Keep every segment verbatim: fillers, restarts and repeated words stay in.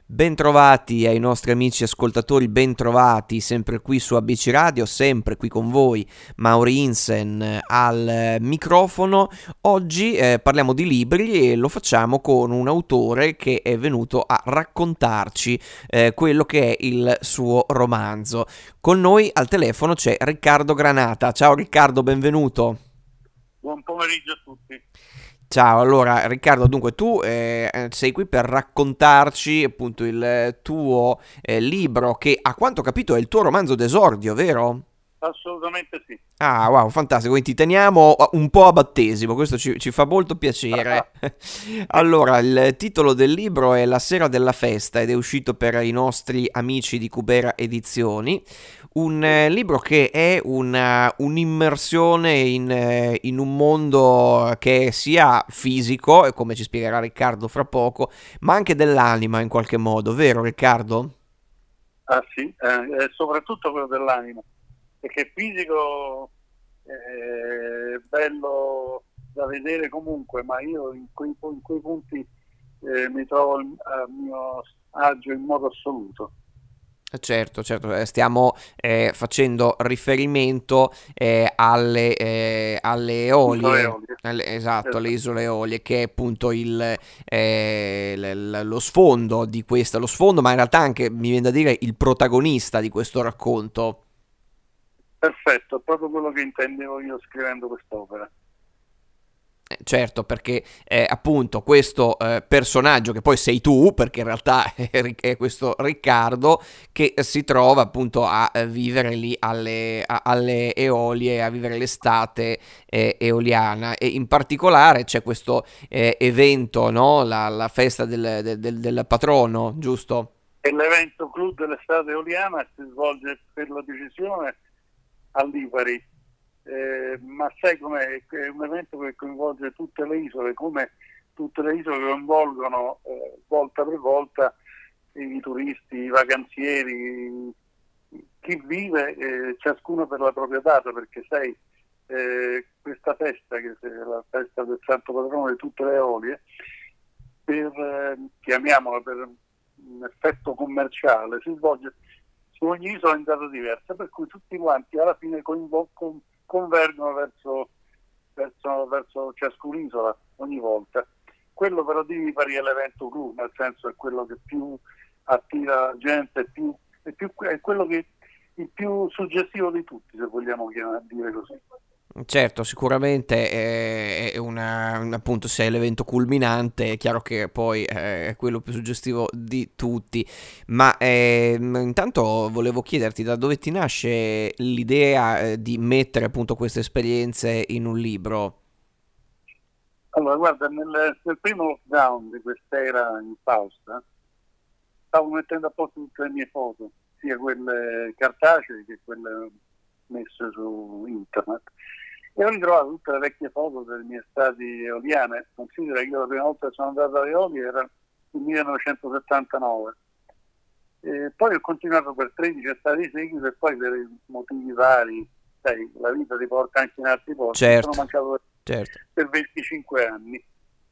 Bentrovati ai nostri amici ascoltatori, bentrovati sempre qui su A B C Radio, sempre qui con voi, Mauri Insen eh, al eh, microfono. Oggi eh, parliamo di libri e lo facciamo con un autore che è venuto a raccontarci eh, quello che è il suo romanzo. Con noi al telefono c'è Riccardo Granata. Ciao Riccardo, benvenuto. Buon pomeriggio a tutti. Ciao, allora Riccardo, dunque tu eh, sei qui per raccontarci appunto il tuo eh, libro che a quanto ho capito è il tuo romanzo d'esordio, vero? Assolutamente sì. Ah, wow, fantastico, quindi ti teniamo un po' a battesimo, questo ci, ci fa molto piacere. Allora, il titolo del libro è La sera della festa ed è uscito per i nostri amici di Cubera Edizioni, un Sì. eh, libro che è una- un'immersione in, eh, in un mondo che è sia fisico, e come ci spiegherà Riccardo fra poco, ma anche dell'anima in qualche modo, vero Riccardo? Ah sì, eh, è soprattutto quello dell'anima, perché fisico è bello da vedere comunque, ma io in quei, in quei punti eh, mi trovo al- a mio agio in modo assoluto. Certo, certo, eh, stiamo eh, facendo riferimento eh, alle, eh, alle Isole Eolie, Eolie. alle- esatto, alle Esatto. isole Eolie, che è appunto il, eh, l- l- lo sfondo di questa, lo sfondo, ma in realtà anche, mi viene da dire, il protagonista di questo racconto. Perfetto, è proprio quello che intendevo io scrivendo quest'opera. Eh, Certo, perché eh, appunto questo eh, personaggio che poi sei tu, perché in realtà è, Ric- è questo Riccardo che si trova appunto a eh, vivere lì alle, a- alle Eolie, a vivere l'estate eh, eoliana e in particolare c'è questo eh, evento, no? La, la festa del, del- del- del patrono, giusto? E l'evento clou dell'estate eoliana si svolge per la decisione a Lipari. Eh, ma sai com'è? È un evento che coinvolge tutte le isole, come tutte le isole coinvolgono eh, volta per volta i turisti, i vacanzieri, chi vive, eh, ciascuno per la propria data, perché sai, eh, questa festa, che è la festa del Santo Patrono di tutte le Eolie, per, eh, chiamiamola per un effetto commerciale, si svolge su ogni isola in data diversa, per cui tutti quanti alla fine coinvo- con- convergono verso, verso, verso ciascun'isola ogni volta. Quello però di Lipari è l'evento clou, nel senso è quello che più attira la gente, è, più, è, più, è quello che il più suggestivo di tutti, se vogliamo chiamare, dire così. Certo, sicuramente è, è una, un- appunto se è l'evento culminante è chiaro che poi eh, è quello più suggestivo di tutti, ma ehm, intanto volevo chiederti da dove ti nasce l'idea eh, di mettere appunto queste esperienze in un libro? Allora, guarda, nel, nel primo lockdown di quest'era in pausa, stavo mettendo a posto tutte le mie foto, sia quelle cartacee che quelle messe su internet. E ho ritrovato tutte le vecchie foto delle mie estati eoliane. Considera che io la prima volta che sono andato alle Eolie era nel millenovecentosettantanove. E poi ho continuato per tredici estati di seguito e poi per motivi vari, sai, la vita ti porta anche in altri posti, sono Certo, mancato certo. per venticinque anni.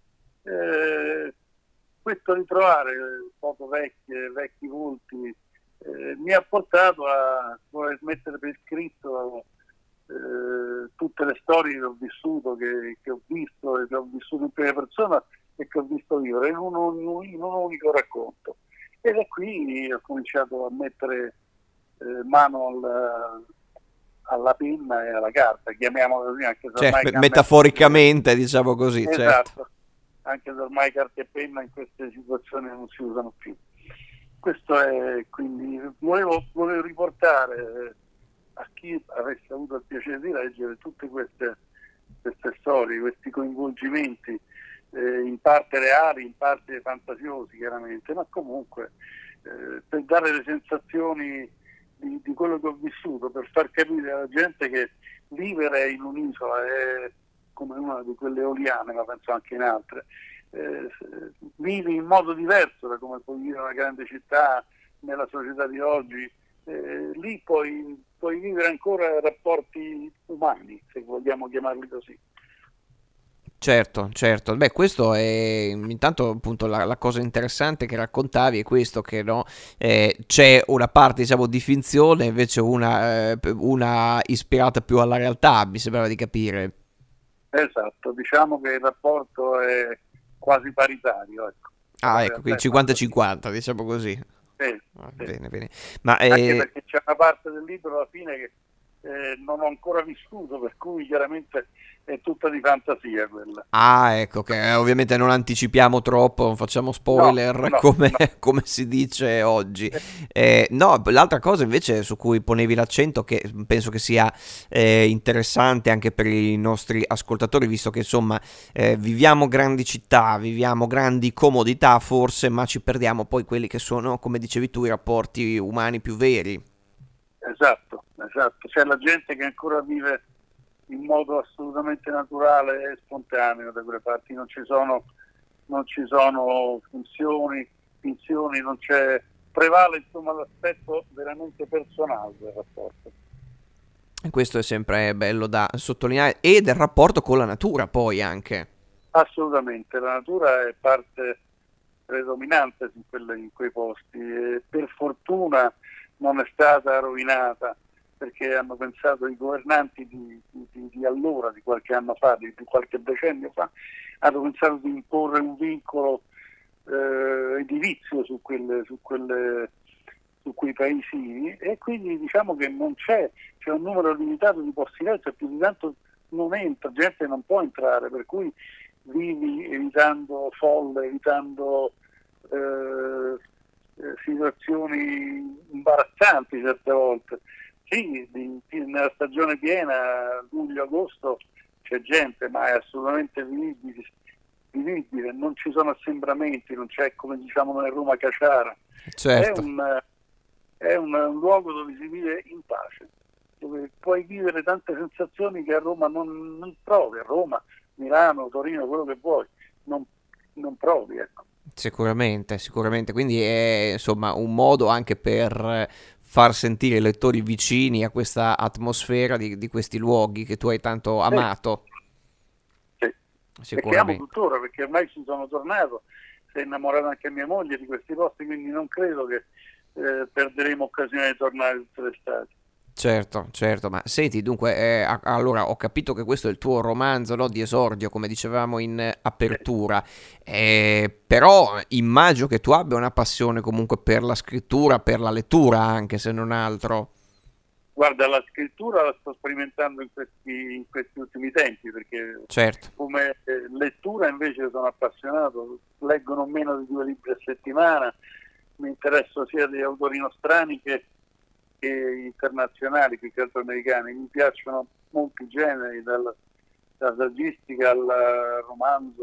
Eh, Questo ritrovare foto vecchie, vecchi volti, eh, mi ha portato a voler mettere per iscritto eh, tutte le storie che ho vissuto, che, che ho visto e che ho vissuto in prima persona e che ho visto vivere in un, in un unico racconto. E da qui ho cominciato a mettere eh, mano al, alla penna e alla carta, chiamiamola così, anche se Certo, ormai me- cambia tutto. metaforicamente diciamo così, certo. Esatto, anche se ormai carta e penna in queste situazioni non si usano più. Questo è, quindi volevo, volevo riportare a chi avesse avuto il piacere di leggere tutte queste, queste storie, questi coinvolgimenti, eh, in parte reali, in parte fantasiosi chiaramente, ma comunque eh, per dare le sensazioni di, di quello che ho vissuto, per far capire alla gente che vivere in un'isola è come una di quelle eoliane, ma penso anche in altre, eh, vivi in modo diverso da come puoi vivere in una grande città, nella società di oggi, eh, lì puoi, puoi vivere ancora rapporti umani, se vogliamo chiamarli così. Certo, certo. Beh, questo è intanto appunto la, la cosa interessante che raccontavi è questo, che no, eh, c'è una parte diciamo di finzione, invece una, eh, una ispirata più alla realtà, mi sembrava di capire. Esatto, diciamo che il rapporto è quasi paritario, ecco, tra Ah, la ecco, realtà quindi e fantasia. cinquanta cinquanta, diciamo così. Sì, Ah, sì. bene, bene. Ma Anche eh, perché c'è una parte del libro alla fine che eh, non ho ancora vissuto, per cui chiaramente è tutta di fantasia quella. Ah, ecco, che eh, ovviamente non anticipiamo troppo, non facciamo No, spoiler no, come, no. come si dice oggi. Eh, Eh, no, l'altra cosa invece su cui ponevi l'accento, che penso che sia eh, interessante anche per i nostri ascoltatori, visto che insomma eh, viviamo grandi città, viviamo grandi comodità forse, ma ci perdiamo poi quelli che sono, come dicevi tu, i rapporti umani più veri. Esatto, esatto. C'è la gente che ancora vive in modo assolutamente naturale e spontaneo da quelle parti, non ci sono, non ci sono funzioni, finzioni, non c'è, prevale insomma l'aspetto veramente personale del rapporto. E questo è sempre bello da sottolineare, e del rapporto con la natura poi anche. Assolutamente, la natura è parte predominante in, quelle, in quei posti e per fortuna non è stata rovinata perché hanno pensato i governanti di, di, di allora, di qualche anno fa, di, di qualche decennio fa, hanno pensato di imporre un vincolo eh, edilizio su, quelle, su, quelle, su quei paesini e quindi diciamo che non c'è, c'è un numero limitato di posti letto e più di tanto non entra, gente non può entrare, per cui vivi evitando folle, evitando eh, situazioni imbarazzanti certe volte. Sì, di, di, nella stagione piena, luglio-agosto, c'è gente, ma è assolutamente vivibile, vivibile, non ci sono assembramenti, non c'è come diciamo noi a Roma caciara. È, Certo. un, è un, un luogo dove si vive in pace, dove puoi vivere tante sensazioni che a Roma non, non provi, a Roma, Milano, Torino, quello che vuoi, non, non provi, ecco. Sicuramente, sicuramente, quindi è insomma un modo anche per far sentire i lettori vicini a questa atmosfera di, di questi luoghi che tu hai tanto Sì, amato, sì. E che amo sicuramente. tuttora perché ormai ci sono tornato, si è innamorata anche mia moglie di questi posti, quindi non credo che eh, perderemo occasione di tornare tutte le estati. Certo, certo, ma senti, dunque, eh, a- allora ho capito che questo è il tuo romanzo, no, di esordio, come dicevamo in eh, Sì. apertura, eh, però immagino che tu abbia una passione comunque per la scrittura, per la lettura anche, se non altro. Guarda, la scrittura la sto sperimentando in questi, in questi ultimi tempi perché Certo, come eh, lettura invece sono appassionato, leggo non meno di due libri a settimana, mi interesso sia degli autori nostrani che, che internazionali, più che altro americani, mi piacciono molti generi, dal, dalla saggistica al romanzo,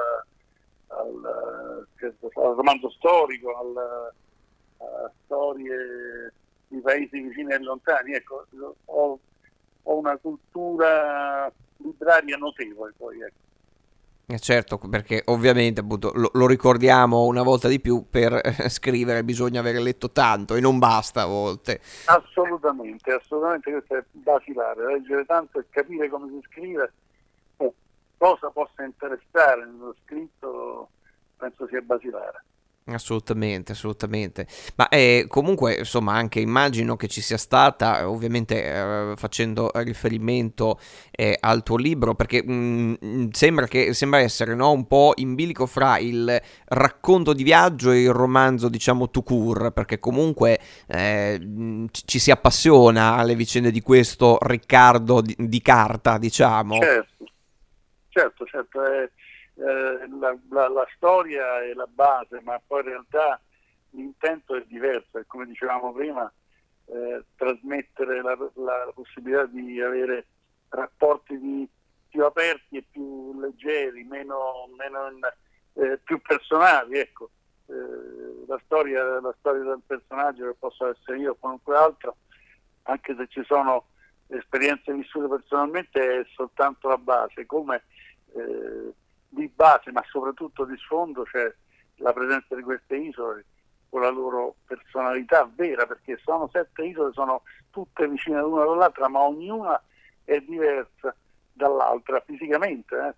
al, al, al romanzo storico, al, a storie di paesi vicini e lontani. Ecco, ho, ho una cultura libraria notevole poi, ecco. eh, certo, perché ovviamente appunto lo, lo ricordiamo una volta di più, per eh, scrivere bisogna aver letto tanto e non basta a volte. Assolutamente, assolutamente, questo è basilare, leggere tanto e capire come si scrive, o cosa possa interessare nello scritto, penso sia basilare. Assolutamente, assolutamente. Ma eh, comunque, insomma, anche immagino che ci sia stata, eh, ovviamente eh, facendo riferimento eh, al tuo libro, perché mh, sembra che sembra essere, no, un po' in bilico fra il racconto di viaggio e il romanzo, diciamo, tout court, perché comunque eh, mh, ci ci si appassiona alle vicende di questo Riccardo di, di carta, diciamo. Certo, certo, certo, è, eh, la, la, la storia è la base, ma poi in realtà l'intento è diverso, e come dicevamo prima, eh, trasmettere la, la, la possibilità di avere rapporti di, più aperti e più leggeri, meno, meno eh, più personali, ecco. Eh, la storia, la storia del personaggio, che posso essere io o qualunque altro, anche se ci sono esperienze vissute personalmente, è soltanto la base, come eh, di base ma soprattutto di sfondo c'è la presenza di queste isole con la loro personalità vera, perché sono sette isole, sono tutte vicine l'una all'altra, ma ognuna è diversa dall'altra fisicamente, eh?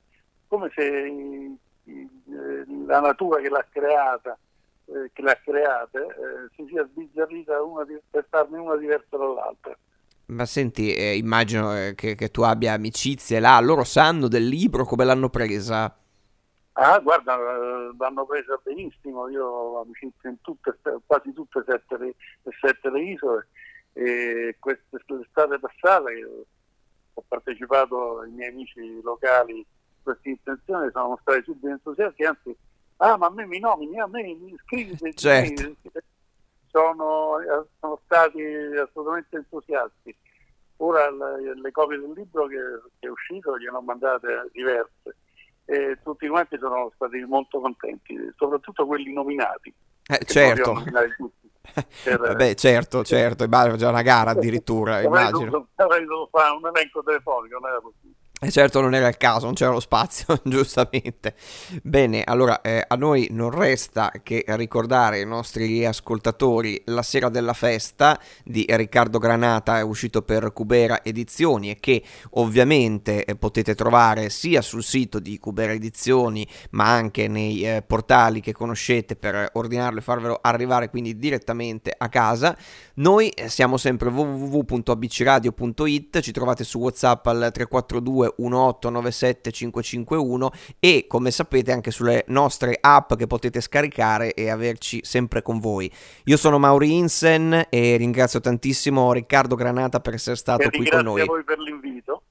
come se i, i, la natura che l'ha creata, eh, che l'ha creata eh, si sia sbizzarrita una di, per farne una diversa dall'altra. Ma senti, eh, immagino eh, che, che tu abbia amicizie là, loro sanno del libro, come l'hanno presa? Ah, guarda, eh, l'hanno presa benissimo, io ho amicizie in tutte, quasi tutte sette le, le sette le isole, e queste l'estate passata io ho partecipato, ai miei amici locali a questa intenzione, sono stati subito entusiasti, anzi, ah ma a me mi nomini, a me mi iscriviti, Certo. sono, sono stati assolutamente entusiasti. Ora le, le copie del libro che, che è uscito gliene ho mandate diverse e tutti quanti sono stati molto contenti, soprattutto quelli nominati. Eh, certo. Tutti per, Vabbè, certo, certo, immagino già una gara addirittura, immagino. Avrei dovuto fare un elenco telefonico, non era possibile. E certo non era il caso, non c'era lo spazio, giustamente. Bene, allora eh, a noi non resta che ricordare ai nostri ascoltatori La sera della festa di Riccardo Granata, è uscito per Cubera Edizioni e che ovviamente eh, potete trovare sia sul sito di Cubera Edizioni ma anche nei eh, portali che conoscete per ordinarlo e farvelo arrivare quindi direttamente a casa. Noi eh, siamo sempre w w w punto a b c radio punto i t, ci trovate su WhatsApp al tre quattro due uno otto nove sette cinque cinque uno e come sapete anche sulle nostre app che potete scaricare e averci sempre con voi. Io sono Mauri Insen e ringrazio tantissimo Riccardo Granata per essere stato e qui con noi. Grazie a voi per l'invito.